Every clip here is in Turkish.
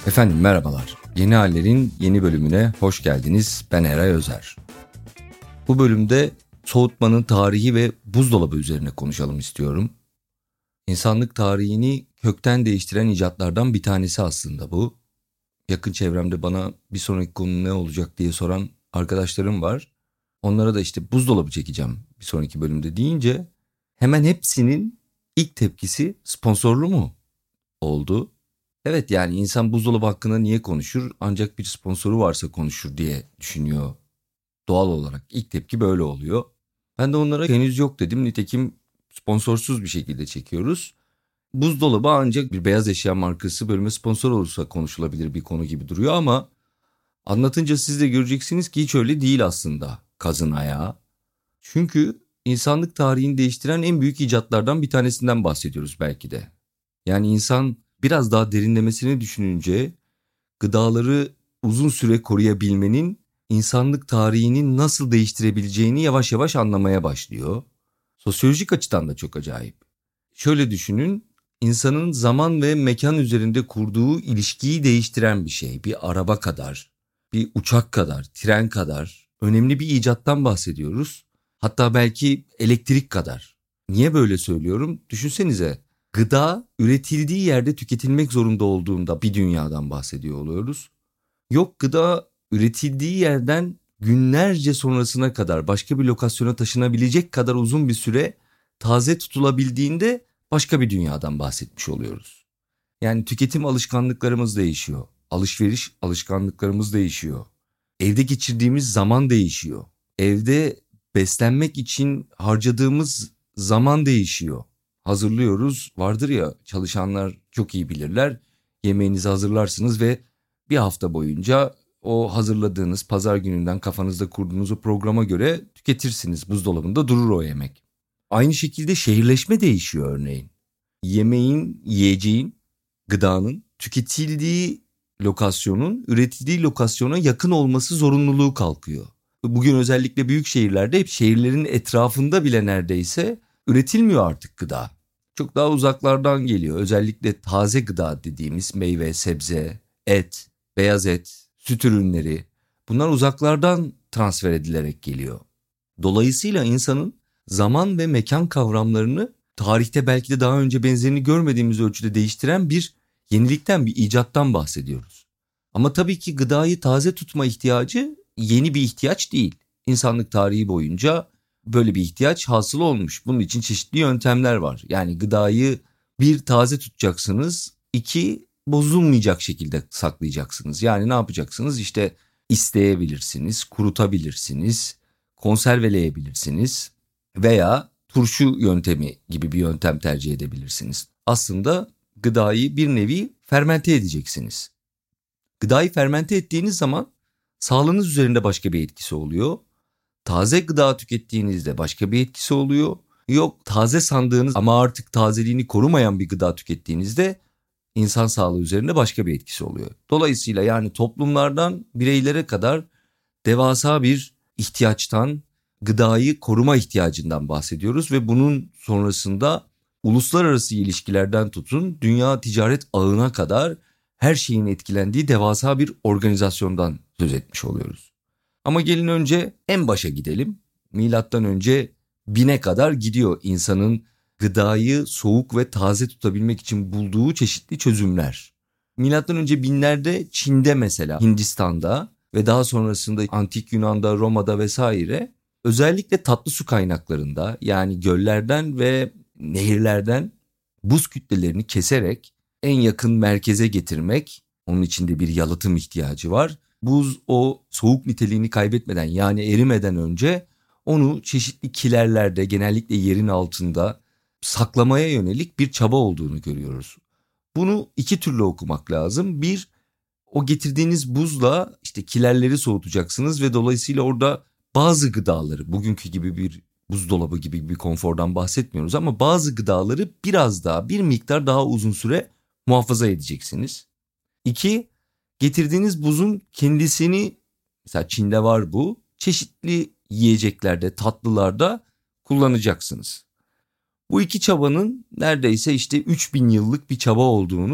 Efendim merhabalar. Yeni Haller'in yeni bölümüne hoş geldiniz. Ben Eray Özer. Bu bölümde soğutmanın tarihi ve buzdolabı üzerine konuşalım istiyorum. İnsanlık tarihini kökten değiştiren icatlardan bir tanesi aslında bu. Yakın çevremde bana bir sonraki konu ne olacak diye soran arkadaşlarım var. Onlara da işte buzdolabı çekeceğim bir sonraki bölümde deyince hemen hepsinin ilk tepkisi sponsorlu mu oldu? Evet, yani insan buzdolabı hakkında niye konuşur? Ancak bir sponsoru varsa konuşur diye düşünüyor. Doğal olarak ilk tepki böyle oluyor. Ben de onlara henüz yok dedim. Nitekim sponsorsuz bir şekilde çekiyoruz. Buzdolabı ancak bir beyaz eşya markası bölüme sponsor olursa konuşulabilir bir konu gibi duruyor ama anlatınca siz de göreceksiniz ki hiç öyle değil aslında kazın ayağı. Çünkü insanlık tarihini değiştiren en büyük icatlardan bir tanesinden bahsediyoruz belki de. Yani insan biraz daha derinlemesine düşününce gıdaları uzun süre koruyabilmenin insanlık tarihini nasıl değiştirebileceğini yavaş yavaş anlamaya başlıyor. Sosyolojik açıdan da çok acayip. Şöyle düşünün, insanın zaman ve mekan üzerinde kurduğu ilişkiyi değiştiren bir şey. Bir araba kadar, bir uçak kadar, tren kadar önemli bir icattan bahsediyoruz. Hatta belki elektrik kadar. Niye böyle söylüyorum? Düşünsenize. Gıda üretildiği yerde tüketilmek zorunda olduğunda bir dünyadan bahsediyor oluyoruz. Yok, gıda üretildiği yerden günlerce sonrasına kadar başka bir lokasyona taşınabilecek kadar uzun bir süre taze tutulabildiğinde başka bir dünyadan bahsetmiş oluyoruz. Yani tüketim alışkanlıklarımız değişiyor. Alışveriş alışkanlıklarımız değişiyor. Evde geçirdiğimiz zaman değişiyor. Evde beslenmek için harcadığımız zaman değişiyor. Hazırlıyoruz. Vardır ya, çalışanlar çok iyi bilirler. Yemeğinizi hazırlarsınız ve bir hafta boyunca o hazırladığınız pazar gününden kafanızda kurduğunuz o programa göre tüketirsiniz. Buzdolabında durur o yemek. Aynı şekilde şehirleşme değişiyor örneğin. Yemeğin, yiyeceğin, gıdanın tüketildiği lokasyonun üretildiği lokasyona yakın olması zorunluluğu kalkıyor. Bugün özellikle büyük şehirlerde hep şehirlerin etrafında bile neredeyse üretilmiyor artık gıda. Çok daha uzaklardan geliyor. Özellikle taze gıda dediğimiz meyve, sebze, et, beyaz et, süt ürünleri, bunlar uzaklardan transfer edilerek geliyor. Dolayısıyla insanın zaman ve mekan kavramlarını tarihte belki de daha önce benzerini görmediğimiz ölçüde değiştiren bir yenilikten, bir icattan bahsediyoruz. Ama tabii ki gıdayı taze tutma ihtiyacı yeni bir ihtiyaç değil. İnsanlık tarihi boyunca böyle bir ihtiyaç hasıl olmuş. Bunun için çeşitli yöntemler var. Yani gıdayı bir, taze tutacaksınız. İki, bozulmayacak şekilde saklayacaksınız. Yani ne yapacaksınız? İşte isteyebilirsiniz, kurutabilirsiniz, konserveleyebilirsiniz veya turşu yöntemi gibi bir yöntem tercih edebilirsiniz. Aslında gıdayı bir nevi fermente edeceksiniz. Gıdayı fermente ettiğiniz zaman sağlığınız üzerinde başka bir etkisi oluyor. Taze gıda tükettiğinizde başka bir etkisi oluyor. Yok, taze sandığınız ama artık tazeliğini korumayan bir gıda tükettiğinizde insan sağlığı üzerinde başka bir etkisi oluyor. Dolayısıyla yani toplumlardan bireylere kadar devasa bir ihtiyaçtan, gıdayı koruma ihtiyacından bahsediyoruz ve bunun sonrasında uluslararası ilişkilerden tutun dünya ticaret ağına kadar her şeyin etkilendiği devasa bir organizasyondan söz etmiş oluyoruz. Ama gelin önce en başa gidelim. Milattan önce 1000'e kadar gidiyor insanın gıdayı soğuk ve taze tutabilmek için bulduğu çeşitli çözümler. Milattan önce 1000'lerde Çin'de, mesela Hindistan'da ve daha sonrasında Antik Yunan'da, Roma'da vesaire özellikle tatlı su kaynaklarında, yani göllerden ve nehirlerden buz kütlelerini keserek en yakın merkeze getirmek, onun için de bir yalıtım ihtiyacı var. Buz o soğuk niteliğini kaybetmeden, yani erimeden önce onu çeşitli kilerlerde, genellikle yerin altında saklamaya yönelik bir çaba olduğunu görüyoruz. Bunu iki türlü okumak lazım. Bir, o getirdiğiniz buzla işte kilerleri soğutacaksınız ve dolayısıyla orada bazı gıdaları, bugünkü gibi bir buzdolabı gibi bir konfordan bahsetmiyoruz ama bazı gıdaları biraz daha, bir miktar daha uzun süre muhafaza edeceksiniz. İki, getirdiğiniz buzun kendisini, mesela Çin'de var bu, çeşitli yiyeceklerde, tatlılarda kullanacaksınız. Bu iki çabanın neredeyse işte 3000 yıllık bir çaba olduğunu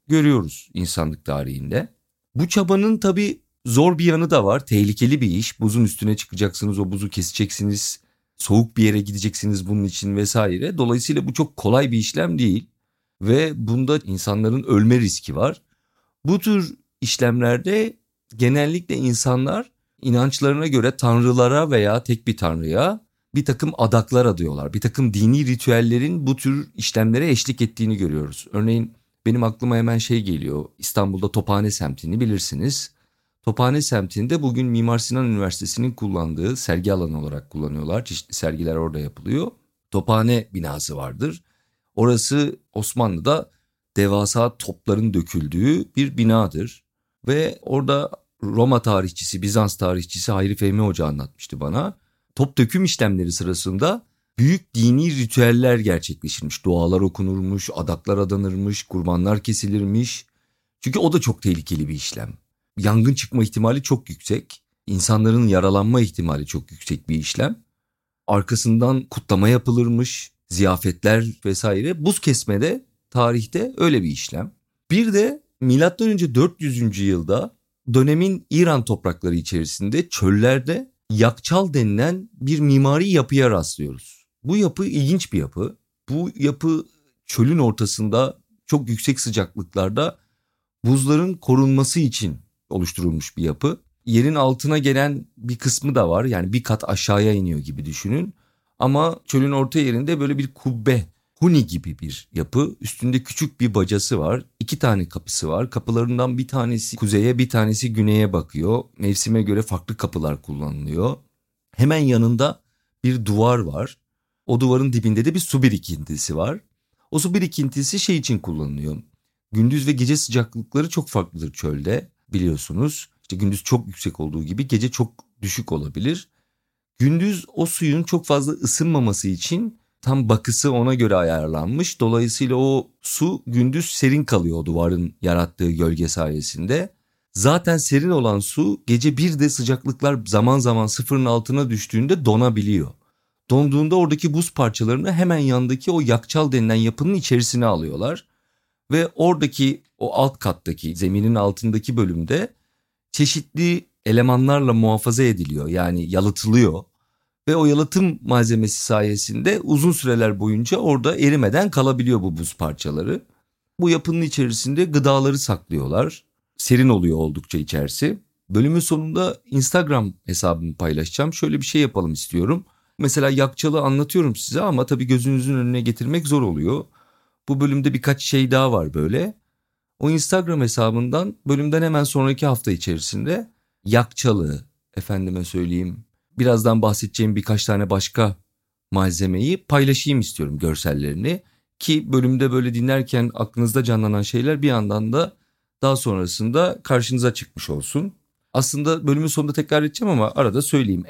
görüyoruz insanlık tarihinde. Bu çabanın tabii zor bir yanı da var. Tehlikeli bir iş. Buzun üstüne çıkacaksınız, o buzu keseceksiniz. Soğuk bir yere gideceksiniz bunun için vesaire. Dolayısıyla bu çok kolay bir işlem değil. Ve bunda insanların ölme riski var. Bu tür işlemlerde genellikle insanlar inançlarına göre tanrılara veya tek bir tanrıya bir takım adaklar adıyorlar. Bir takım dini ritüellerin bu tür işlemlere eşlik ettiğini görüyoruz. Örneğin benim aklıma hemen şey geliyor. İstanbul'da Tophane semtini bilirsiniz. Tophane semtinde bugün Mimar Sinan Üniversitesi'nin kullandığı sergi alanı olarak kullanıyorlar. Çeşitli sergiler orada yapılıyor. Tophane binası vardır. Orası Osmanlı'da devasa topların döküldüğü bir binadır. Ve orada Roma tarihçisi, Bizans tarihçisi Hayri Fehmi Hoca anlatmıştı bana. Top döküm işlemleri sırasında büyük dini ritüeller gerçekleşirmiş. Dualar okunurmuş, adaklar adanırmış, kurbanlar kesilirmiş. Çünkü o da çok tehlikeli bir işlem. Yangın çıkma ihtimali çok yüksek. İnsanların yaralanma ihtimali çok yüksek bir işlem. Arkasından kutlama yapılırmış, ziyafetler vesaire. Buz kesme de tarihte öyle bir işlem. Bir de M.Ö. 400. yılda dönemin İran toprakları içerisinde çöllerde yakçal denilen bir mimari yapıya rastlıyoruz. Bu yapı ilginç bir yapı. Bu yapı çölün ortasında çok yüksek sıcaklıklarda buzların korunması için oluşturulmuş bir yapı. Yerin altına gelen bir kısmı da var. Yani bir kat aşağıya iniyor gibi düşünün. Ama çölün orta yerinde böyle bir kubbe, huni gibi bir yapı. Üstünde küçük bir bacası var. 2 tane kapısı var. Kapılarından bir tanesi kuzeye, bir tanesi güneye bakıyor. Mevsime göre farklı kapılar kullanılıyor. Hemen yanında bir duvar var. O duvarın dibinde de bir su birikintisi var. O su birikintisi şey için kullanılıyor. Gündüz ve gece sıcaklıkları çok farklıdır çölde, biliyorsunuz. İşte gündüz çok yüksek olduğu gibi gece çok düşük olabilir. Gündüz o suyun çok fazla ısınmaması için tam bakısı ona göre ayarlanmış. Dolayısıyla o su gündüz serin kalıyor o duvarın yarattığı gölge sayesinde. Zaten serin olan su gece bir de sıcaklıklar zaman zaman sıfırın altına düştüğünde donabiliyor. Donduğunda oradaki buz parçalarını hemen yandaki o yakçal denilen yapının içerisine alıyorlar. Ve oradaki o alt kattaki zeminin altındaki bölümde çeşitli elemanlarla muhafaza ediliyor, yani yalıtılıyor. Ve o yalıtım malzemesi sayesinde uzun süreler boyunca orada erimeden kalabiliyor bu buz parçaları. Bu yapının içerisinde gıdaları saklıyorlar. Serin oluyor oldukça içerisi. Bölümün sonunda Instagram hesabımı paylaşacağım. Şöyle bir şey yapalım istiyorum. Mesela yakçalı anlatıyorum size ama tabii gözünüzün önüne getirmek zor oluyor. Bu bölümde birkaç şey daha var böyle. O Instagram hesabından bölümden hemen sonraki hafta içerisinde yakçalı, efendime söyleyeyim, birazdan bahsedeceğim birkaç tane başka malzemeyi paylaşayım istiyorum, görsellerini. Ki bölümde böyle dinlerken aklınızda canlanan şeyler bir yandan da daha sonrasında karşınıza çıkmış olsun. Aslında bölümün sonunda tekrar edeceğim ama arada söyleyeyim.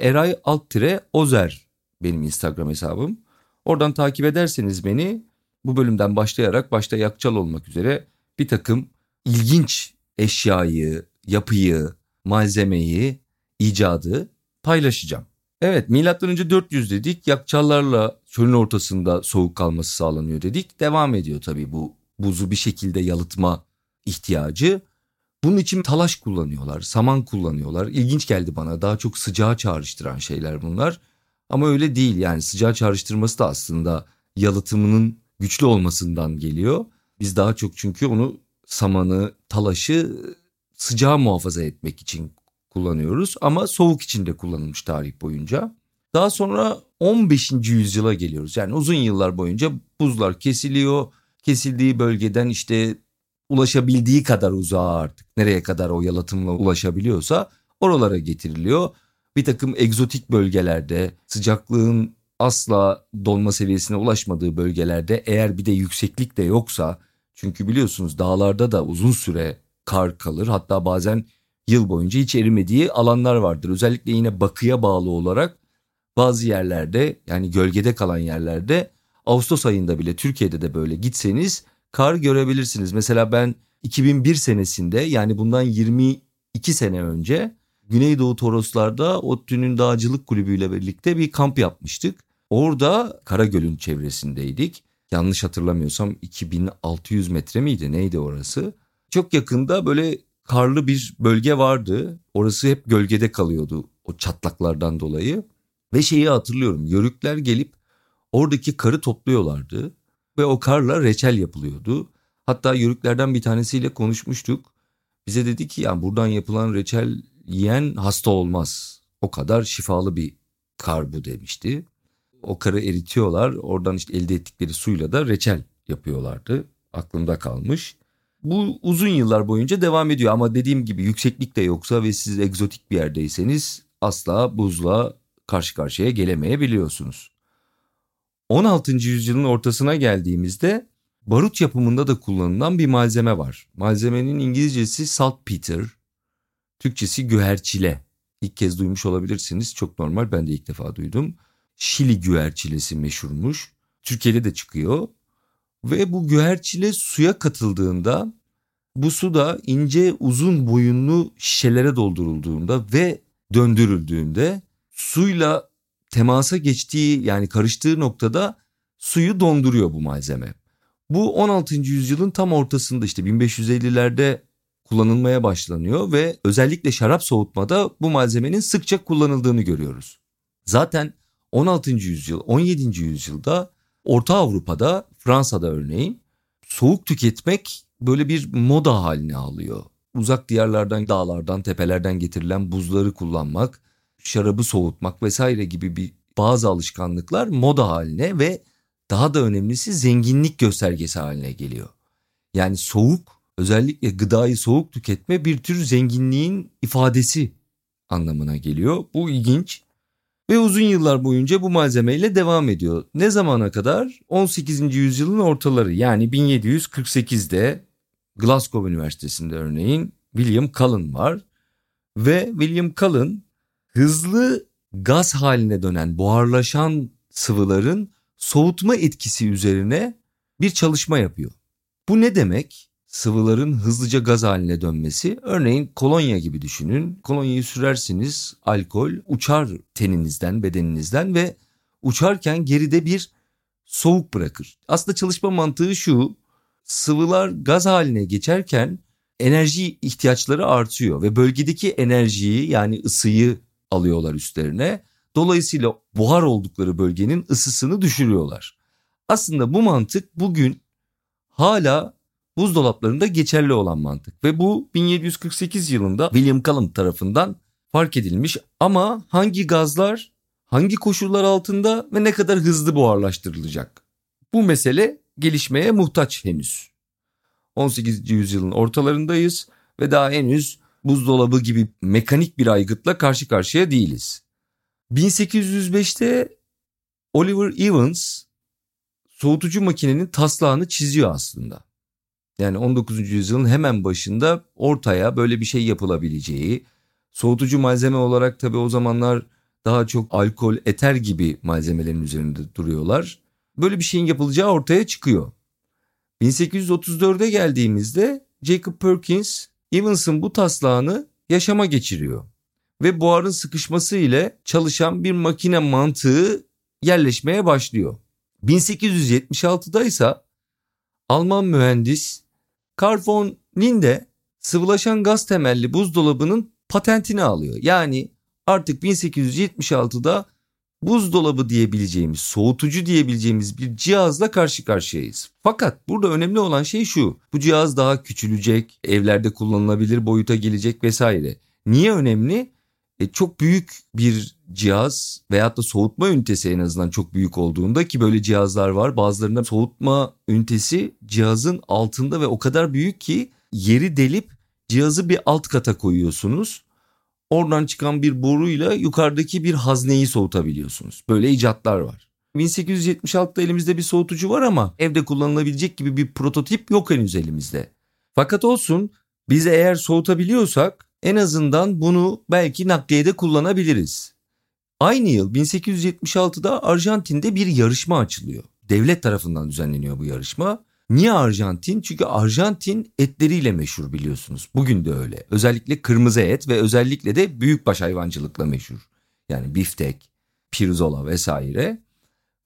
Eray_Ozer benim Instagram hesabım. Oradan takip ederseniz beni, bu bölümden başlayarak başta yakçal olmak üzere bir takım ilginç eşyayı, yapıyı, malzemeyi, icadı paylaşacağım. Evet, M.Ö. 400 dedik, yakçallarla çölün ortasında soğuk kalması sağlanıyor dedik. Devam ediyor tabii bu buzu bir şekilde yalıtma ihtiyacı. Bunun için talaş kullanıyorlar, saman kullanıyorlar. İlginç geldi bana, daha çok sıcağı çağrıştıran şeyler bunlar. Ama öyle değil, yani sıcağı çağrıştırması da aslında yalıtımının güçlü olmasından geliyor. Biz daha çok çünkü onu, samanı, talaşı sıcağı muhafaza etmek için kullanıyoruz. Ama soğuk için de kullanılmış tarih boyunca. Daha sonra 15. yüzyıla geliyoruz. Yani uzun yıllar boyunca buzlar kesiliyor. Kesildiği bölgeden işte ulaşabildiği kadar uzağa, artık nereye kadar o yalıtımla ulaşabiliyorsa oralara getiriliyor. Bir takım egzotik bölgelerde, sıcaklığın asla donma seviyesine ulaşmadığı bölgelerde, eğer bir de yükseklik de yoksa, çünkü biliyorsunuz dağlarda da uzun süre kar kalır, hatta bazen yıl boyunca hiç erimediği alanlar vardır. Özellikle yine bakıya bağlı olarak bazı yerlerde, yani gölgede kalan yerlerde Ağustos ayında bile, Türkiye'de de böyle gitseniz kar görebilirsiniz. Mesela ben 2001 senesinde, yani bundan 22 sene önce Güneydoğu Toroslar'da ODTÜ'nün Dağcılık Kulübü ile birlikte bir kamp yapmıştık. Orada Karagöl'ün çevresindeydik. Yanlış hatırlamıyorsam 2600 metre miydi, neydi orası? Çok yakında böyle karlı bir bölge vardı. Orası hep gölgede kalıyordu o çatlaklardan dolayı. Ve şeyi hatırlıyorum, yörükler gelip oradaki karı topluyorlardı. Ve o karla reçel yapılıyordu. Hatta yörüklerden bir tanesiyle konuşmuştuk. Bize dedi ki yani buradan yapılan reçel yiyen hasta olmaz. O kadar şifalı bir kar bu demişti. O karı eritiyorlar. Oradan işte elde ettikleri suyla da reçel yapıyorlardı. Aklımda kalmış. Bu uzun yıllar boyunca devam ediyor ama dediğim gibi yükseklik de yoksa ve siz egzotik bir yerdeyseniz asla buzla karşı karşıya gelemeyebiliyorsunuz. 16. yüzyılın ortasına geldiğimizde barut yapımında da kullanılan bir malzeme var. Malzemenin İngilizcesi saltpeter, Türkçesi güherçile. İlk kez duymuş olabilirsiniz. Çok normal, ben de ilk defa duydum. Şili güherçilesi meşhurmuş. Türkiye'de de çıkıyor. Ve bu güherçile suya katıldığında, bu su da ince uzun boyunlu şişelere doldurulduğunda ve döndürüldüğünde suyla temasa geçtiği, yani karıştığı noktada suyu donduruyor bu malzeme. Bu 16. yüzyılın tam ortasında, işte 1550'lerde kullanılmaya başlanıyor ve özellikle şarap soğutmada bu malzemenin sıkça kullanıldığını görüyoruz. Zaten 16. yüzyıl, 17. yüzyılda Orta Avrupa'da, Fransa'da örneğin soğuk tüketmek böyle bir moda haline alıyor. Uzak diyarlardan, dağlardan, tepelerden getirilen buzları kullanmak, şarabı soğutmak vesaire gibi bazı alışkanlıklar moda haline ve daha da önemlisi zenginlik göstergesi haline geliyor. Yani soğuk, özellikle gıdayı soğuk tüketme bir tür zenginliğin ifadesi anlamına geliyor. Bu ilginç. Ve uzun yıllar boyunca bu malzemeyle devam ediyor. Ne zamana kadar? 18. yüzyılın ortaları, yani 1748'de Glasgow Üniversitesi'nde örneğin William Cullen var. Ve William Cullen hızlı gaz haline dönen buharlaşan sıvıların soğutma etkisi üzerine bir çalışma yapıyor. Bu ne demek? Sıvıların hızlıca gaz haline dönmesi. Örneğin kolonya gibi düşünün. Kolonyayı sürersiniz, alkol uçar teninizden, bedeninizden ve uçarken geride bir soğuk bırakır. Aslında çalışma mantığı şu: sıvılar gaz haline geçerken enerji ihtiyaçları artıyor ve bölgedeki enerjiyi, yani ısıyı alıyorlar üstlerine. Dolayısıyla buhar oldukları bölgenin ısısını düşürüyorlar. Aslında bu mantık bugün hala buzdolaplarında geçerli olan mantık ve bu 1748 yılında William Cullen tarafından fark edilmiş. Ama hangi gazlar, hangi koşullar altında ve ne kadar hızlı buharlaştırılacak? Bu mesele gelişmeye muhtaç henüz. 18. yüzyılın ortalarındayız ve daha henüz buzdolabı gibi mekanik bir aygıtla karşı karşıya değiliz. 1805'te Oliver Evans soğutucu makinenin taslağını çiziyor aslında. Yani 19. yüzyılın hemen başında ortaya böyle bir şey yapılabileceği, soğutucu malzeme olarak tabii o zamanlar daha çok alkol, eter gibi malzemelerin üzerinde duruyorlar. Böyle bir şeyin yapılacağı ortaya çıkıyor. 1834'e geldiğimizde Jacob Perkins, Evans'ın bu taslağını yaşama geçiriyor. Ve buharın sıkışması ile çalışan bir makine mantığı yerleşmeye başlıyor. 1876'da ise Alman mühendis Carl von Linde sıvılaşan gaz temelli buzdolabının patentini alıyor. Yani artık 1876'da buzdolabı diyebileceğimiz, soğutucu diyebileceğimiz bir cihazla karşı karşıyayız. Fakat burada önemli olan şey şu: bu cihaz daha küçülecek, evlerde kullanılabilir boyuta gelecek vesaire. Niye önemli? Çok büyük bir cihaz veyahut da soğutma ünitesi, en azından çok büyük olduğunda, ki böyle cihazlar var. Bazılarında soğutma ünitesi cihazın altında ve o kadar büyük ki yeri delip cihazı bir alt kata koyuyorsunuz. Oradan çıkan bir boruyla yukarıdaki bir hazneyi soğutabiliyorsunuz. Böyle icatlar var. 1876'da elimizde bir soğutucu var ama evde kullanılabilecek gibi bir prototip yok henüz elimizde. Fakat olsun, biz eğer soğutabiliyorsak en azından bunu belki nakliyede kullanabiliriz. Aynı yıl 1876'da Arjantin'de bir yarışma açılıyor. Devlet tarafından düzenleniyor bu yarışma. Niye Arjantin? Çünkü Arjantin etleriyle meşhur, biliyorsunuz. Bugün de öyle. Özellikle kırmızı et ve özellikle de büyükbaş hayvancılıkla meşhur. Yani biftek, pirzola vesaire.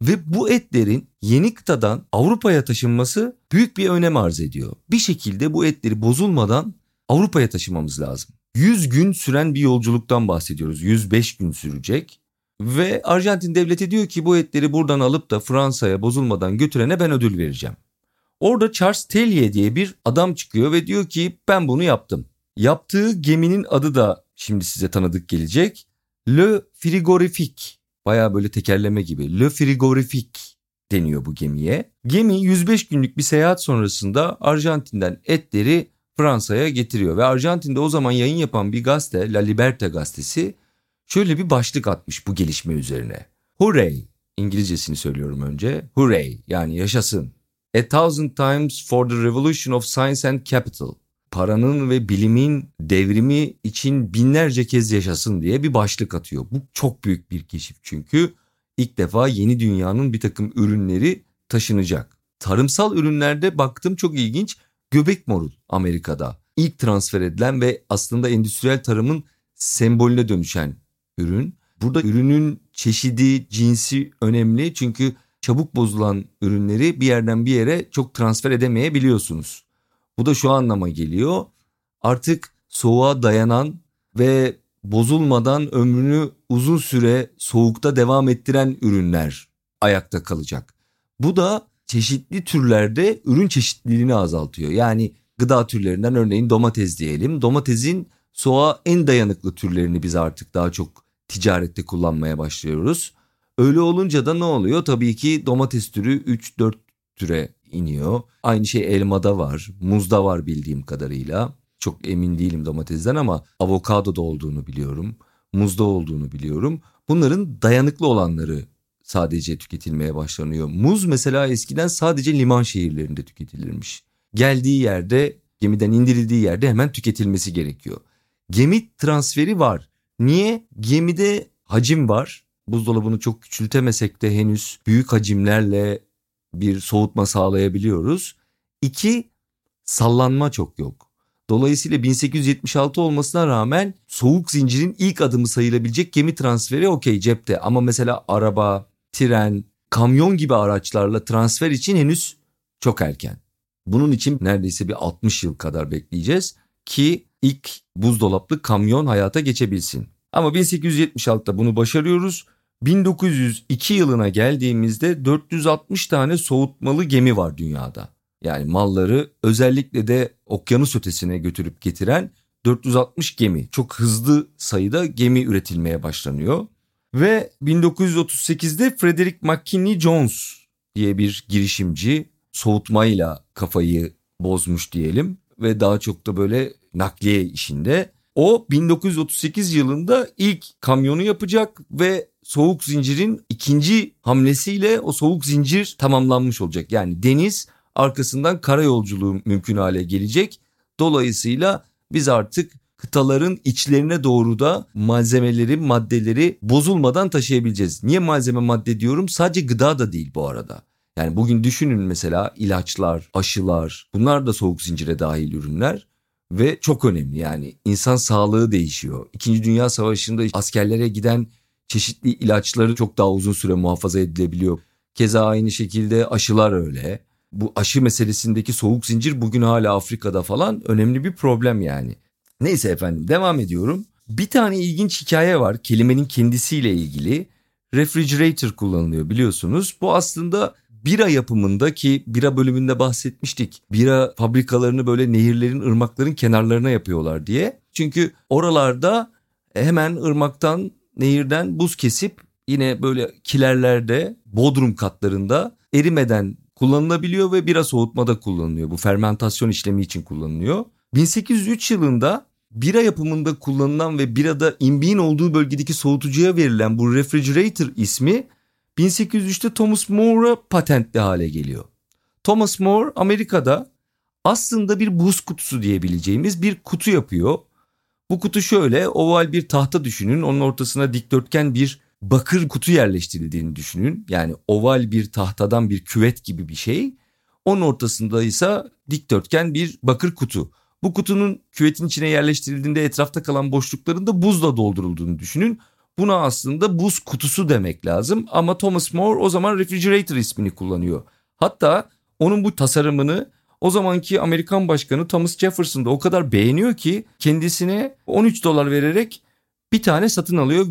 Ve bu etlerin yeni kıtadan Avrupa'ya taşınması büyük bir önem arz ediyor. Bir şekilde bu etleri bozulmadan Avrupa'ya taşımamız lazım. 100 gün süren bir yolculuktan bahsediyoruz. 105 gün sürecek. Ve Arjantin devleti diyor ki bu etleri buradan alıp da Fransa'ya bozulmadan götürene ben ödül vereceğim. Orada Charles Tellier diye bir adam çıkıyor ve diyor ki ben bunu yaptım. Yaptığı geminin adı da şimdi size tanıdık gelecek. Le Frigorifique. Bayağı böyle tekerleme gibi. Le Frigorifique deniyor bu gemiye. Gemi 105 günlük bir seyahat sonrasında Arjantin'den etleri Fransa'ya getiriyor. Ve Arjantin'de o zaman yayın yapan bir gazete, La Liberta gazetesi şöyle bir başlık atmış bu gelişme üzerine. Hooray! İngilizcesini söylüyorum önce. Hooray! Yani yaşasın. A thousand times for the revolution of science and capital. Paranın ve bilimin devrimi için binlerce kez yaşasın diye bir başlık atıyor. Bu çok büyük bir keşif çünkü ilk defa yeni dünyanın bir takım ürünleri taşınacak. Tarımsal ürünlerde baktım çok ilginç. Göbek marul Amerika'da ilk transfer edilen ve aslında endüstriyel tarımın sembolüne dönüşen ürün. Burada ürünün çeşidi, cinsi önemli çünkü çabuk bozulan ürünleri bir yerden bir yere çok transfer edemeyebiliyorsunuz. Bu da şu anlama geliyor. Artık soğuğa dayanan ve bozulmadan ömrünü uzun süre soğukta devam ettiren ürünler ayakta kalacak. Bu da çeşitli türlerde ürün çeşitliliğini azaltıyor. Yani gıda türlerinden örneğin domates diyelim. Domatesin soğuğa en dayanıklı türlerini biz artık daha çok ticarette kullanmaya başlıyoruz. Öyle olunca da ne oluyor? Tabii ki domates türü 3-4 türe iniyor. Aynı şey elmada var, muzda var bildiğim kadarıyla. Çok emin değilim domatesden ama avokadoda olduğunu biliyorum, muzda olduğunu biliyorum. Bunların dayanıklı olanları sadece tüketilmeye başlanıyor. Muz mesela eskiden sadece liman şehirlerinde tüketilirmiş. Geldiği yerde, gemiden indirildiği yerde hemen tüketilmesi gerekiyor. Gemi transferi var. Niye? Gemide hacim var. Buzdolabını çok küçültemesek de henüz büyük hacimlerle bir soğutma sağlayabiliyoruz. 2. Sallanma çok yok. Dolayısıyla 1876 olmasına rağmen soğuk zincirin ilk adımı sayılabilecek gemi transferi okey cepte. Ama mesela araba, tren, kamyon gibi araçlarla transfer için henüz çok erken. Bunun için neredeyse bir 60 yıl kadar bekleyeceğiz ki ilk buzdolaplı kamyon hayata geçebilsin. Ama 1876'da bunu başarıyoruz. 1902 yılına geldiğimizde 460 tane soğutmalı gemi var dünyada. Yani malları özellikle de okyanus ötesine götürüp getiren 460 gemi. Çok hızlı sayıda gemi üretilmeye başlanıyor. Ve 1938'de Frederick McKinley Jones diye bir girişimci soğutmayla kafayı bozmuş diyelim. Ve daha çok da böyle nakliye işinde. O 1938 yılında ilk kamyonu yapacak ve soğuk zincirin ikinci hamlesiyle o soğuk zincir tamamlanmış olacak. Yani deniz arkasından karayolculuğu mümkün hale gelecek. Dolayısıyla biz artık kıtaların içlerine doğru da malzemeleri, maddeleri bozulmadan taşıyabileceğiz. Niye malzeme madde diyorum? Sadece gıda da değil bu arada. Yani bugün düşünün mesela ilaçlar, aşılar, bunlar da soğuk zincire dahil ürünler. Ve çok önemli yani insan sağlığı değişiyor. İkinci Dünya Savaşı'nda askerlere giden çeşitli ilaçları çok daha uzun süre muhafaza edilebiliyor. Keza aynı şekilde aşılar öyle. Bu aşı meselesindeki soğuk zincir bugün hala Afrika'da falan önemli bir problem yani. Neyse efendim devam ediyorum. Bir tane ilginç hikaye var kelimenin kendisiyle ilgili. Refrigerator kullanılıyor biliyorsunuz. Bu aslında bira yapımında ki bira bölümünde bahsetmiştik. Bira fabrikalarını böyle nehirlerin, ırmakların kenarlarına yapıyorlar diye. Çünkü oralarda hemen ırmaktan, nehirden buz kesip yine böyle kilerlerde, bodrum katlarında erimeden kullanılabiliyor ve bira soğutmada kullanılıyor. Bu fermentasyon işlemi için kullanılıyor. 1803 yılında bira yapımında kullanılan ve birada imbiğin olduğu bölgedeki soğutucuya verilen bu refrigerator ismi 1803'te Thomas More'a patentli hale geliyor. Thomas More Amerika'da aslında bir buz kutusu diyebileceğimiz bir kutu yapıyor. Bu kutu şöyle, oval bir tahta düşünün, onun ortasına dikdörtgen bir bakır kutu yerleştirildiğini düşünün. Yani oval bir tahtadan bir küvet gibi bir şey. Onun ortasında ise dikdörtgen bir bakır kutu. Bu kutunun küvetin içine yerleştirildiğinde etrafta kalan boşlukların da buzla doldurulduğunu düşünün. Buna aslında buz kutusu demek lazım ama Thomas More o zaman refrigerator ismini kullanıyor. Hatta onun bu tasarımını o zamanki Amerikan Başkanı Thomas Jefferson da o kadar beğeniyor ki kendisine $13 vererek bir tane satın alıyor.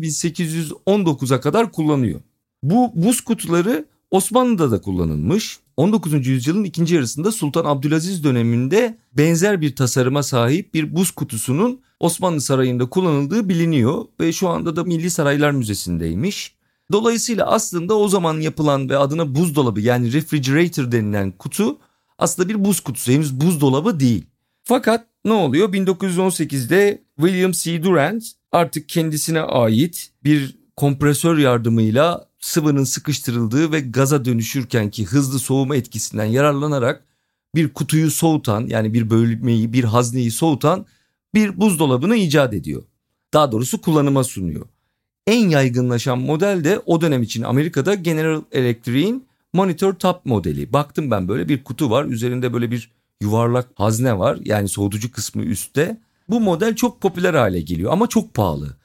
1819'a kadar kullanıyor. Bu buz kutuları Osmanlı'da da kullanılmış. 19. yüzyılın ikinci yarısında Sultan Abdülaziz döneminde benzer bir tasarıma sahip bir buz kutusunun Osmanlı Sarayı'nda kullanıldığı biliniyor ve şu anda da Milli Saraylar Müzesi'ndeymiş. Dolayısıyla aslında o zaman yapılan ve adına buzdolabı yani refrigerator denilen kutu aslında bir buz kutusu, henüz buzdolabı değil. Fakat ne oluyor? 1918'de William C. Durant artık kendisine ait bir kompresör yardımıyla sıvının sıkıştırıldığı ve gaza dönüşürkenki hızlı soğuma etkisinden yararlanarak bir kutuyu soğutan, yani bir bölmeyi, bir hazneyi soğutan bir buzdolabını icat ediyor. Daha doğrusu kullanıma sunuyor. En yaygınlaşan model de o dönem için Amerika'da General Electric'in Monitor Top modeli. Baktım ben, böyle bir kutu var. Üzerinde böyle bir yuvarlak hazne var. Yani soğutucu kısmı üstte. Bu model çok popüler hale geliyor ama çok pahalı.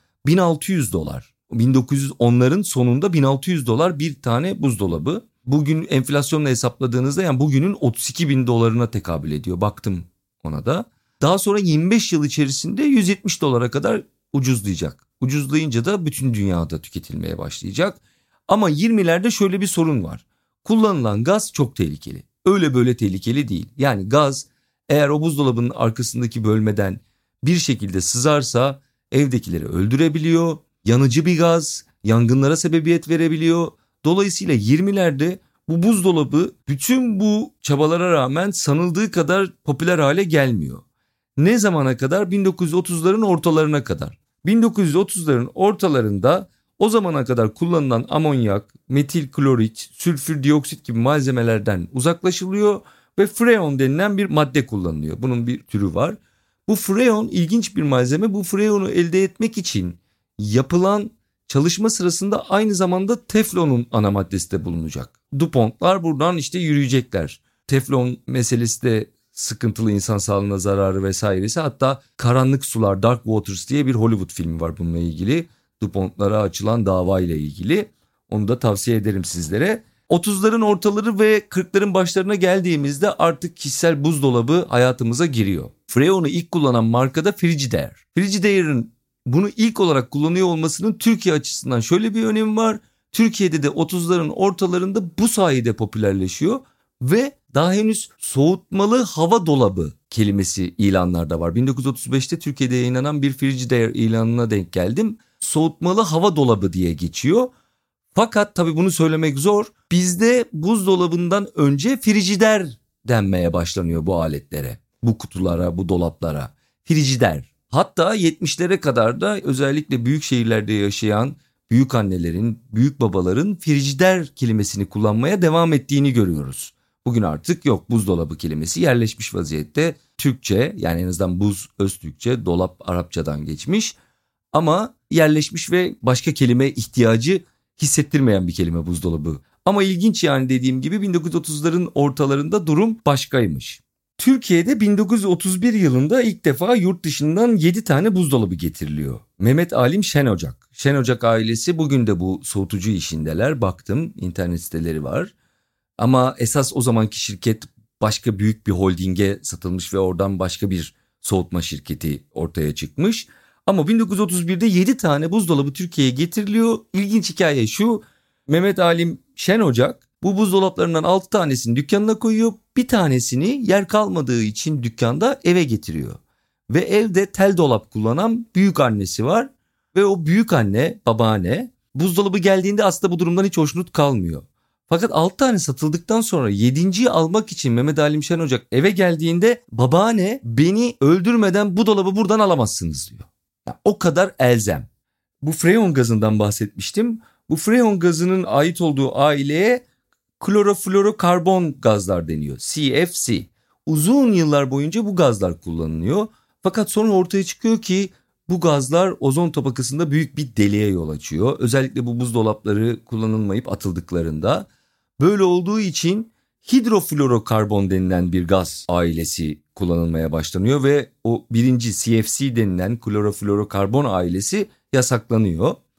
$1600. 1910'ların sonunda $1600 bir tane buzdolabı. Bugün enflasyonla hesapladığınızda yani bugünün $32.000'ına tekabül ediyor. Baktım ona da. Daha sonra 25 yıl içerisinde $170 kadar ucuzlayacak. Ucuzlayınca da bütün dünyada tüketilmeye başlayacak. Ama 20'lerde şöyle bir sorun var. Kullanılan gaz çok tehlikeli. Öyle böyle tehlikeli değil. Yani gaz eğer o buzdolabının arkasındaki bölmeden bir şekilde sızarsa evdekileri öldürebiliyor. Yanıcı bir gaz, yangınlara sebebiyet verebiliyor. Dolayısıyla 20'lerde bu buzdolabı bütün bu çabalara rağmen sanıldığı kadar popüler hale gelmiyor. Ne zamana kadar? 1930'ların ortalarına kadar. 1930'ların ortalarında o zamana kadar kullanılan amonyak, metil klorit, sülfür dioksit gibi malzemelerden uzaklaşılıyor ve freon denilen bir madde kullanılıyor. Bunun bir türü var. Bu freon ilginç bir malzeme. Bu freonu elde etmek için yapılan çalışma sırasında aynı zamanda teflonun ana maddesi de bulunacak. DuPont'lar buradan işte yürüyecekler. Teflon meselesi de sıkıntılı, insan sağlığına zararı vesairesi. Hatta Karanlık Sular, Dark Waters diye bir Hollywood filmi var bununla ilgili. DuPont'lara açılan dava ile ilgili. Onu da tavsiye ederim sizlere. 30'ların ortaları ve 40'ların başlarına geldiğimizde artık kişisel buzdolabı hayatımıza giriyor. Freon'u ilk kullanan markada Frigidaire. Frigidaire'ın bunu ilk olarak kullanıyor olmasının Türkiye açısından şöyle bir önemi var. Türkiye'de de 30'ların ortalarında bu sayede popülerleşiyor ve daha henüz soğutmalı hava dolabı kelimesi ilanlarda var. 1935'te Türkiye'de yayınlanan bir Frigidaire ilanına denk geldim. Soğutmalı hava dolabı diye geçiyor. Fakat tabii bunu söylemek zor. Bizde buzdolabından önce frijider denmeye başlanıyor bu aletlere, bu kutulara, bu dolaplara. Frijider. Hatta 70'lere kadar da özellikle büyük şehirlerde yaşayan büyük annelerin, büyük babaların frijider kelimesini kullanmaya devam ettiğini görüyoruz. Bugün artık yok, buzdolabı kelimesi yerleşmiş vaziyette. Türkçe, yani en azından buz Öztürkçe, dolap Arapçadan geçmiş ama yerleşmiş ve başka kelime ihtiyacı hissettirmeyen bir kelime buzdolabı. Ama ilginç, yani dediğim gibi 1930'ların ortalarında durum başkaymış. Türkiye'de 1931 yılında ilk defa yurt dışından 7 tane buzdolabı getiriliyor. Mehmet Alim Şenocak. Şenocak ailesi bugün de bu soğutucu işindeler. Baktım, internet siteleri var. Ama esas o zamanki şirket başka büyük bir holdinge satılmış ve oradan başka bir soğutma şirketi ortaya çıkmış. Ama 1931'de 7 tane buzdolabı Türkiye'ye getiriliyor. İlginç hikaye şu: Mehmet Alim Şenocak bu buzdolaplarından 6 tanesini dükkanına koyuyor. Bir tanesini yer kalmadığı için dükkanda eve getiriyor. Ve evde tel dolap kullanan büyük annesi var. Ve o büyük anne, babaanne, buzdolabı geldiğinde aslında bu durumdan hiç hoşnut kalmıyor. Fakat 6 tane satıldıktan sonra 7.'yi almak için Mehmet Alim Şenocak eve geldiğinde babaanne, beni öldürmeden bu dolabı buradan alamazsınız diyor. O kadar elzem. Bu freon gazından bahsetmiştim. Bu freon gazının ait olduğu aileye kloroflorokarbon gazlar deniyor. CFC. Uzun yıllar boyunca bu gazlar kullanılıyor. Fakat sonra ortaya çıkıyor ki bu gazlar ozon tabakasında büyük bir deliğe yol açıyor. Özellikle bu buzdolapları kullanılmayıp atıldıklarında. Böyle olduğu için hidroflorokarbon denilen bir gaz ailesi kullanılmaya başlanıyor ve o birinci CFC denilen kloroflorokarbon ailesi yasaklanıyor.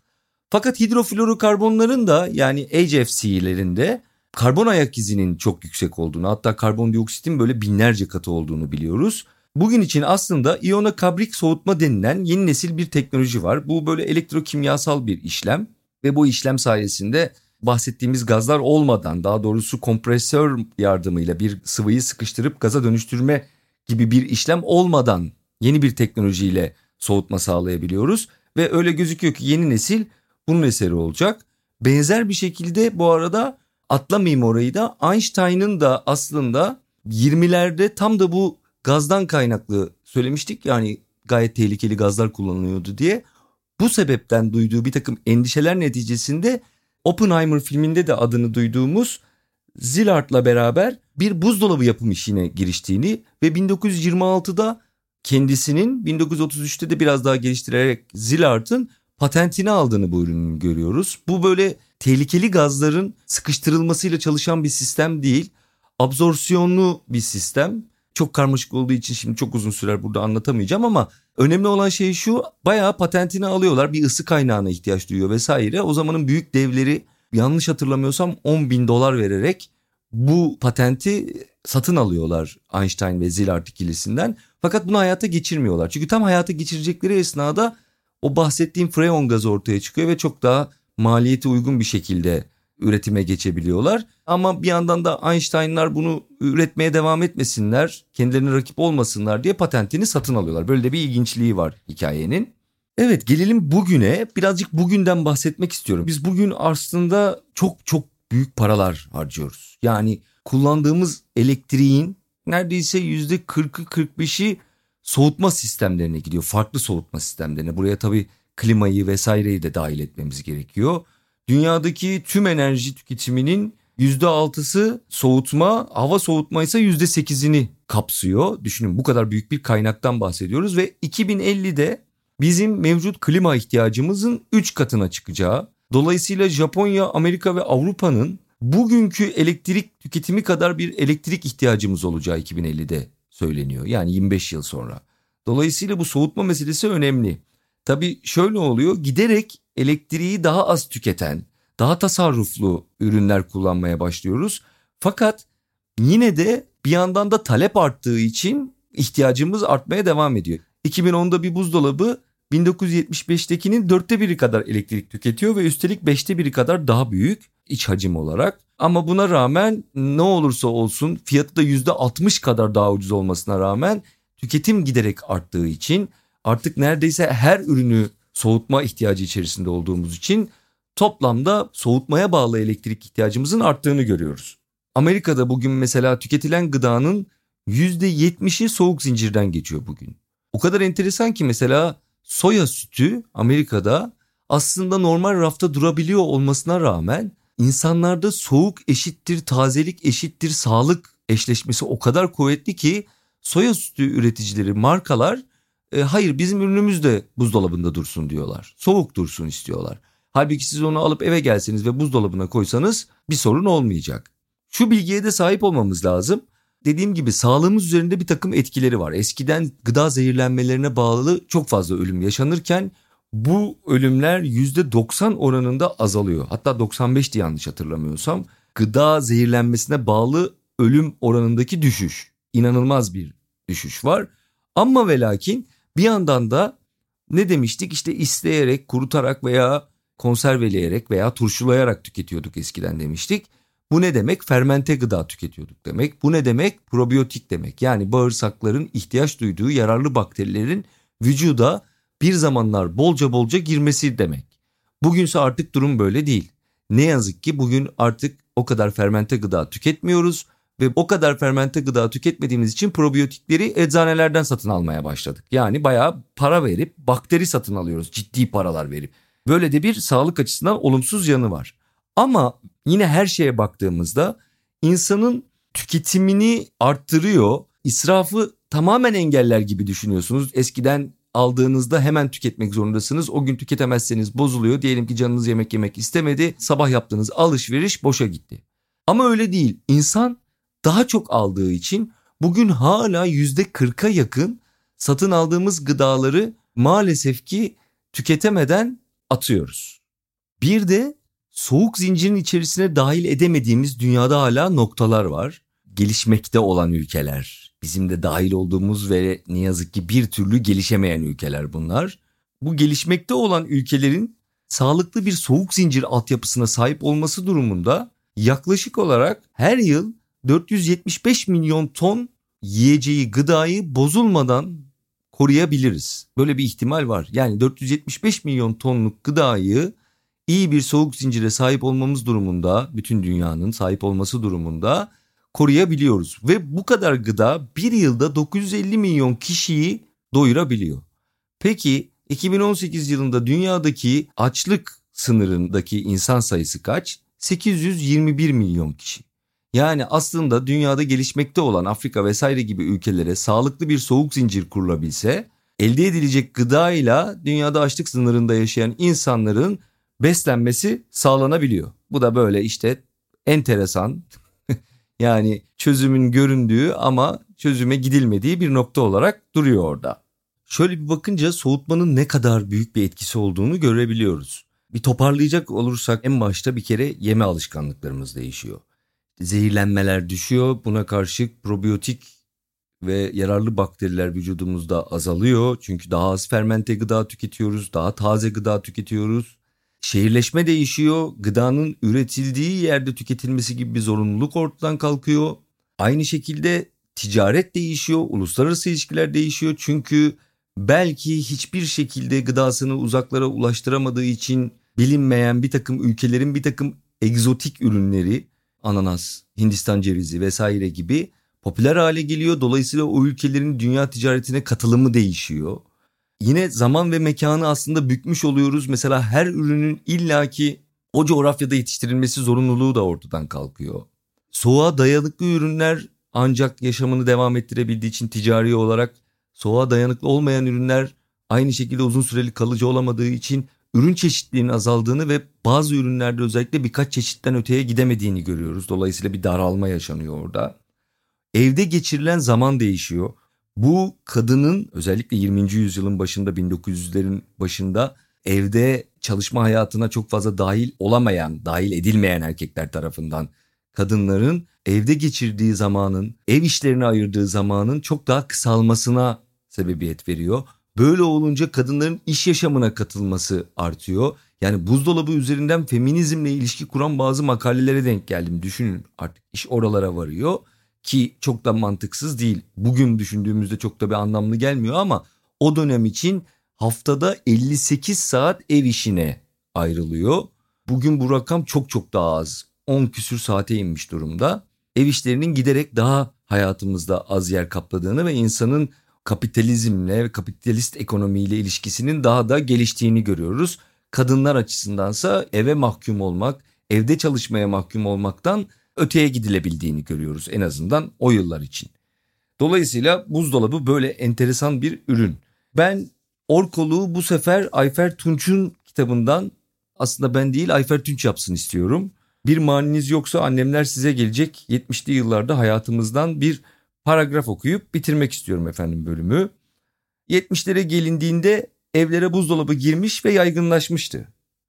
Fakat hidroflorokarbonların da yani HFC'lerinde karbon ayak izinin çok yüksek olduğunu, hatta karbondioksitin böyle binlerce katı olduğunu biliyoruz. Bugün için aslında iyonokabrik soğutma denilen yeni nesil bir teknoloji var. Bu böyle elektrokimyasal bir işlem ve bu işlem sayesinde bahsettiğimiz gazlar olmadan, daha doğrusu kompresör yardımıyla bir sıvıyı sıkıştırıp gaza dönüştürme gibi bir işlem olmadan yeni bir teknolojiyle soğutma sağlayabiliyoruz. Ve öyle gözüküyor ki yeni nesil bunun eseri olacak. Benzer bir şekilde bu arada atlamayayım orayı da, Einstein'ın da aslında 20'lerde tam da bu gazdan kaynaklı söylemiştik yani gayet tehlikeli gazlar kullanılıyordu diye. Bu sebepten duyduğu bir takım endişeler neticesinde Oppenheimer filminde de adını duyduğumuz Szilard'la beraber bir buzdolabı yapım işine giriştiğini ve 1926'da kendisinin 1933'te de biraz daha geliştirerek Szilard'ın patentini aldığını bu ürünün görüyoruz. Bu böyle tehlikeli gazların sıkıştırılmasıyla çalışan bir sistem değil, absorpsiyonlu bir sistem. Çok karmaşık olduğu için şimdi çok uzun sürer burada anlatamayacağım ama önemli olan şey şu, bayağı patentini alıyorlar, bir ısı kaynağına ihtiyaç duyuyor vesaire. O zamanın büyük devleri yanlış hatırlamıyorsam $10.000 vererek bu patenti satın alıyorlar Einstein ve Szilard ikilisinden. Fakat bunu hayata geçirmiyorlar. Çünkü tam hayata geçirecekleri esnada o bahsettiğim freon gazı ortaya çıkıyor ve çok daha maliyeti uygun bir şekilde üretime geçebiliyorlar. Ama bir yandan da Einstein'lar bunu üretmeye devam etmesinler, kendilerine rakip olmasınlar diye patentini satın alıyorlar. Böyle de bir ilginçliği var hikayenin. Evet, gelelim bugüne. Birazcık bugünden bahsetmek istiyorum. Biz bugün aslında çok çok büyük paralar harcıyoruz. Yani kullandığımız elektriğin neredeyse %40'ı 45'i soğutma sistemlerine gidiyor. Farklı soğutma sistemlerine. Buraya tabii klimayı vesaireyi de dahil etmemiz gerekiyor. Dünyadaki tüm enerji tüketiminin %6'sı soğutma, hava soğutma ise %8'ini kapsıyor. Düşünün, bu kadar büyük bir kaynaktan bahsediyoruz ve 2050'de bizim mevcut klima ihtiyacımızın 3 katına çıkacağı. Dolayısıyla Japonya, Amerika ve Avrupa'nın bugünkü elektrik tüketimi kadar bir elektrik ihtiyacımız olacağı 2050'de söyleniyor. Yani 25 yıl sonra. Dolayısıyla bu soğutma meselesi önemli. Tabii şöyle oluyor, giderek elektriği daha az tüketen, daha tasarruflu ürünler kullanmaya başlıyoruz. Fakat yine de bir yandan da talep arttığı için ihtiyacımız artmaya devam ediyor. 2010'da bir buzdolabı 1975'tekinin 1/4 kadar elektrik tüketiyor ve üstelik 1/5 kadar daha büyük iç hacim olarak. Ama buna rağmen ne olursa olsun fiyatı da %60 kadar daha ucuz olmasına rağmen tüketim giderek arttığı için, artık neredeyse her ürünü soğutma ihtiyacı içerisinde olduğumuz için toplamda soğutmaya bağlı elektrik ihtiyacımızın arttığını görüyoruz. Amerika'da bugün mesela tüketilen gıdanın %70'i soğuk zincirden geçiyor bugün. O kadar enteresan ki mesela soya sütü Amerika'da aslında normal rafta durabiliyor olmasına rağmen insanlarda soğuk eşittir tazelik eşittir sağlık eşleşmesi o kadar kuvvetli ki soya sütü üreticileri, markalar hayır bizim ürünümüz de buzdolabında dursun diyorlar. Soğuk dursun istiyorlar. Halbuki siz onu alıp eve gelseniz ve buzdolabına koysanız bir sorun olmayacak. Şu bilgiye de sahip olmamız lazım. Dediğim gibi sağlığımız üzerinde bir takım etkileri var. Eskiden gıda zehirlenmelerine bağlı çok fazla ölüm yaşanırken bu ölümler %90 oranında azalıyor. Hatta 95'ti yanlış hatırlamıyorsam. Gıda zehirlenmesine bağlı ölüm oranındaki düşüş. İnanılmaz bir düşüş var. Ama ve lakin bir yandan da ne demiştik? İşte isteyerek, kurutarak veya konserveleyerek veya turşulayarak tüketiyorduk eskiden demiştik. Bu ne demek? Fermente gıda tüketiyorduk demek. Bu ne demek? Probiyotik demek. Yani bağırsakların ihtiyaç duyduğu yararlı bakterilerin vücuda bir zamanlar bolca bolca girmesi demek. Bugünse artık durum böyle değil. Ne yazık ki bugün artık o kadar fermente gıda tüketmiyoruz ve o kadar fermente gıda tüketmediğimiz için probiyotikleri eczanelerden satın almaya başladık. Yani bayağı para verip bakteri satın alıyoruz, ciddi paralar verip. Böyle de bir sağlık açısından olumsuz yanı var. Ama yine her şeye baktığımızda insanın tüketimini arttırıyor, israfı tamamen engeller gibi düşünüyorsunuz. Eskiden aldığınızda hemen tüketmek zorundasınız. O gün tüketemezseniz bozuluyor. Diyelim ki canınız yemek yemek istemedi. Sabah yaptığınız alışveriş boşa gitti. Ama öyle değil. İnsan daha çok aldığı için bugün hala %40'a yakın satın aldığımız gıdaları maalesef ki tüketemeden atıyoruz. Bir de soğuk zincirin içerisine dahil edemediğimiz dünyada hala noktalar var. Gelişmekte olan ülkeler, bizim de dahil olduğumuz ve ne yazık ki bir türlü gelişemeyen ülkeler bunlar. Bu gelişmekte olan ülkelerin sağlıklı bir soğuk zincir altyapısına sahip olması durumunda yaklaşık olarak her yıl 475 milyon ton yiyeceği, gıdayı bozulmadan koruyabiliriz. Böyle bir ihtimal var. Yani 475 milyon tonluk gıdayı iyi bir soğuk zincire sahip olmamız durumunda, bütün dünyanın sahip olması durumunda koruyabiliyoruz. Ve bu kadar gıda bir yılda 950 milyon kişiyi doyurabiliyor. Peki 2018 yılında dünyadaki açlık sınırındaki insan sayısı kaç? 821 milyon kişi. Yani aslında dünyada gelişmekte olan Afrika vesaire gibi ülkelere sağlıklı bir soğuk zincir kurulabilse, elde edilecek gıdayla dünyada açlık sınırında yaşayan insanların beslenmesi sağlanabiliyor. Bu da böyle işte enteresan, yani çözümün göründüğü ama çözüme gidilmediği bir nokta olarak duruyor orada. Şöyle bir bakınca soğutmanın ne kadar büyük bir etkisi olduğunu görebiliyoruz. Bir toparlayacak olursak en başta bir kere yeme alışkanlıklarımız değişiyor. Zehirlenmeler düşüyor. Buna karşı probiyotik ve yararlı bakteriler vücudumuzda azalıyor. Çünkü daha az fermente gıda tüketiyoruz, daha taze gıda tüketiyoruz. Şehirleşme değişiyor. Gıdanın üretildiği yerde tüketilmesi gibi bir zorunluluk ortadan kalkıyor. Aynı şekilde ticaret değişiyor, uluslararası ilişkiler değişiyor. Çünkü belki hiçbir şekilde gıdasını uzaklara ulaştıramadığı için bilinmeyen bir takım ülkelerin bir takım egzotik ürünleri, ananas, Hindistan cevizi vesaire gibi popüler hale geliyor. Dolayısıyla o ülkelerin dünya ticaretine katılımı değişiyor. Yine zaman ve mekanı aslında bükmüş oluyoruz. Mesela her ürünün illaki o coğrafyada yetiştirilmesi zorunluluğu da ortadan kalkıyor. Soğuğa dayanıklı ürünler ancak yaşamını devam ettirebildiği için ticari olarak, soğuğa dayanıklı olmayan ürünler aynı şekilde uzun süreli kalıcı olamadığı için ürün çeşitliliğinin azaldığını ve bazı ürünlerde özellikle birkaç çeşitten öteye gidemediğini görüyoruz. Dolayısıyla bir daralma yaşanıyor orada. Evde geçirilen zaman değişiyor. Bu kadının özellikle 20. yüzyılın başında, 1900'lerin başında evde çalışma hayatına çok fazla dahil olamayan, dahil edilmeyen erkekler tarafından kadınların evde geçirdiği zamanın, ev işlerine ayırdığı zamanın çok daha kısalmasına sebebiyet veriyor. Böyle olunca kadınların iş yaşamına katılması artıyor. Yani buzdolabı üzerinden feminizmle ilişki kuran bazı makalelere denk geldim. Düşünün, artık iş oralara varıyor ki çok da mantıksız değil. Bugün düşündüğümüzde çok da bir anlamlı gelmiyor ama o dönem için haftada 58 saat ev işine ayrılıyor. Bugün bu rakam çok çok daha az. 10 küsür saate inmiş durumda. Ev işlerinin giderek daha hayatımızda az yer kapladığını ve insanın kapitalizmle ve kapitalist ekonomiyle ilişkisinin daha da geliştiğini görüyoruz. Kadınlar açısındansa eve mahkum olmak, evde çalışmaya mahkum olmaktan öteye gidilebildiğini görüyoruz, en azından o yıllar için. Dolayısıyla buzdolabı böyle enteresan bir ürün. Ben Orkoluğu bu sefer Ayfer Tunç'un kitabından, aslında ben değil Ayfer Tunç yapsın istiyorum. Bir maniniz yoksa annemler size gelecek, 70'li yıllarda hayatımızdan bir paragraf okuyup bitirmek istiyorum efendim bölümü. 70'lere gelindiğinde evlere buzdolabı girmiş ve yaygınlaşmıştı.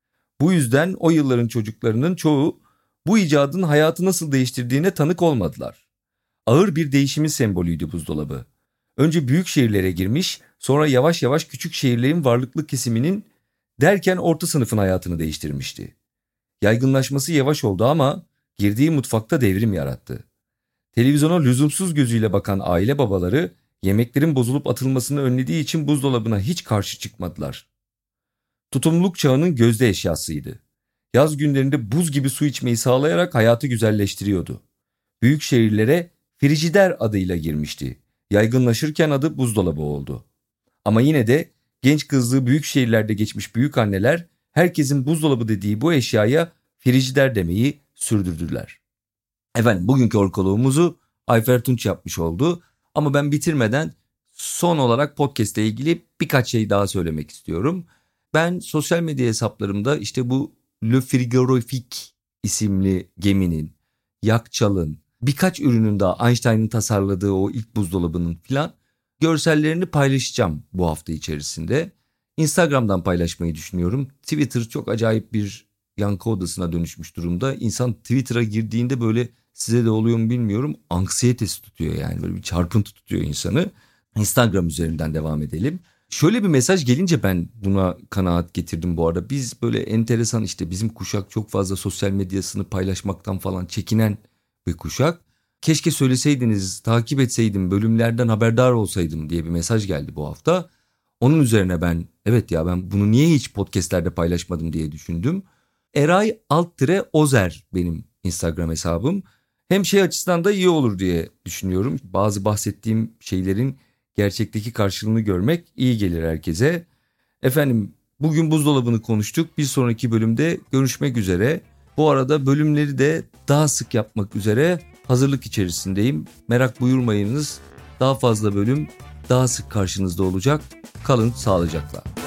Bu yüzden o yılların çocuklarının çoğu bu icadın hayatı nasıl değiştirdiğine tanık olmadılar. Ağır bir değişimin sembolüydü buzdolabı. Önce büyük şehirlere girmiş, sonra yavaş yavaş küçük şehirlerin varlıklı kesiminin derken orta sınıfın hayatını değiştirmişti. Yaygınlaşması yavaş oldu ama girdiği mutfakta devrim yarattı. Televizyona lüzumsuz gözüyle bakan aile babaları yemeklerin bozulup atılmasını önlediği için buzdolabına hiç karşı çıkmadılar. Tutumluluk çağının gözde eşyasıydı. Yaz günlerinde buz gibi su içmeyi sağlayarak hayatı güzelleştiriyordu. Büyük şehirlere frijider adıyla girmişti. Yaygınlaşırken adı buzdolabı oldu. Ama yine de genç kızlığı büyük şehirlerde geçmiş büyük anneler herkesin buzdolabı dediği bu eşyaya frijider demeyi sürdürdüler. Efendim bugünkü orkoluğumuzu Ayfer Tunç yapmış oldu. Ama ben bitirmeden son olarak podcast ile ilgili birkaç şey daha söylemek istiyorum. Ben sosyal medya hesaplarımda işte bu Le Frigorifique isimli geminin, Yakçal'ın, birkaç ürünün daha, Einstein'ın tasarladığı o ilk buzdolabının filan görsellerini paylaşacağım bu hafta içerisinde. Instagram'dan paylaşmayı düşünüyorum. Twitter çok acayip bir yankı odasına dönüşmüş durumda. İnsan Twitter'a girdiğinde böyle, size de oluyor mu bilmiyorum, anksiyetesi tutuyor yani, böyle bir çarpıntı tutuyor insanı. Instagram üzerinden devam edelim. Şöyle bir mesaj gelince ben buna kanaat getirdim bu arada. Biz böyle enteresan, işte bizim kuşak çok fazla sosyal medyasını paylaşmaktan falan çekinen bir kuşak. Keşke söyleseydiniz, takip etseydim, bölümlerden haberdar olsaydım diye bir mesaj geldi bu hafta. Onun üzerine ben, evet ya, ben bunu niye hiç podcastlerde paylaşmadım diye düşündüm. Eray Ozer benim Instagram hesabım. Hem şey açısından da iyi olur diye düşünüyorum. Bazı bahsettiğim şeylerin gerçekteki karşılığını görmek iyi gelir herkese. Efendim, bugün buzdolabını konuştuk. Bir sonraki bölümde görüşmek üzere. Bu arada bölümleri de daha sık yapmak üzere hazırlık içerisindeyim. Merak buyurmayınız. Daha fazla bölüm daha sık karşınızda olacak. Kalın sağlıcakla.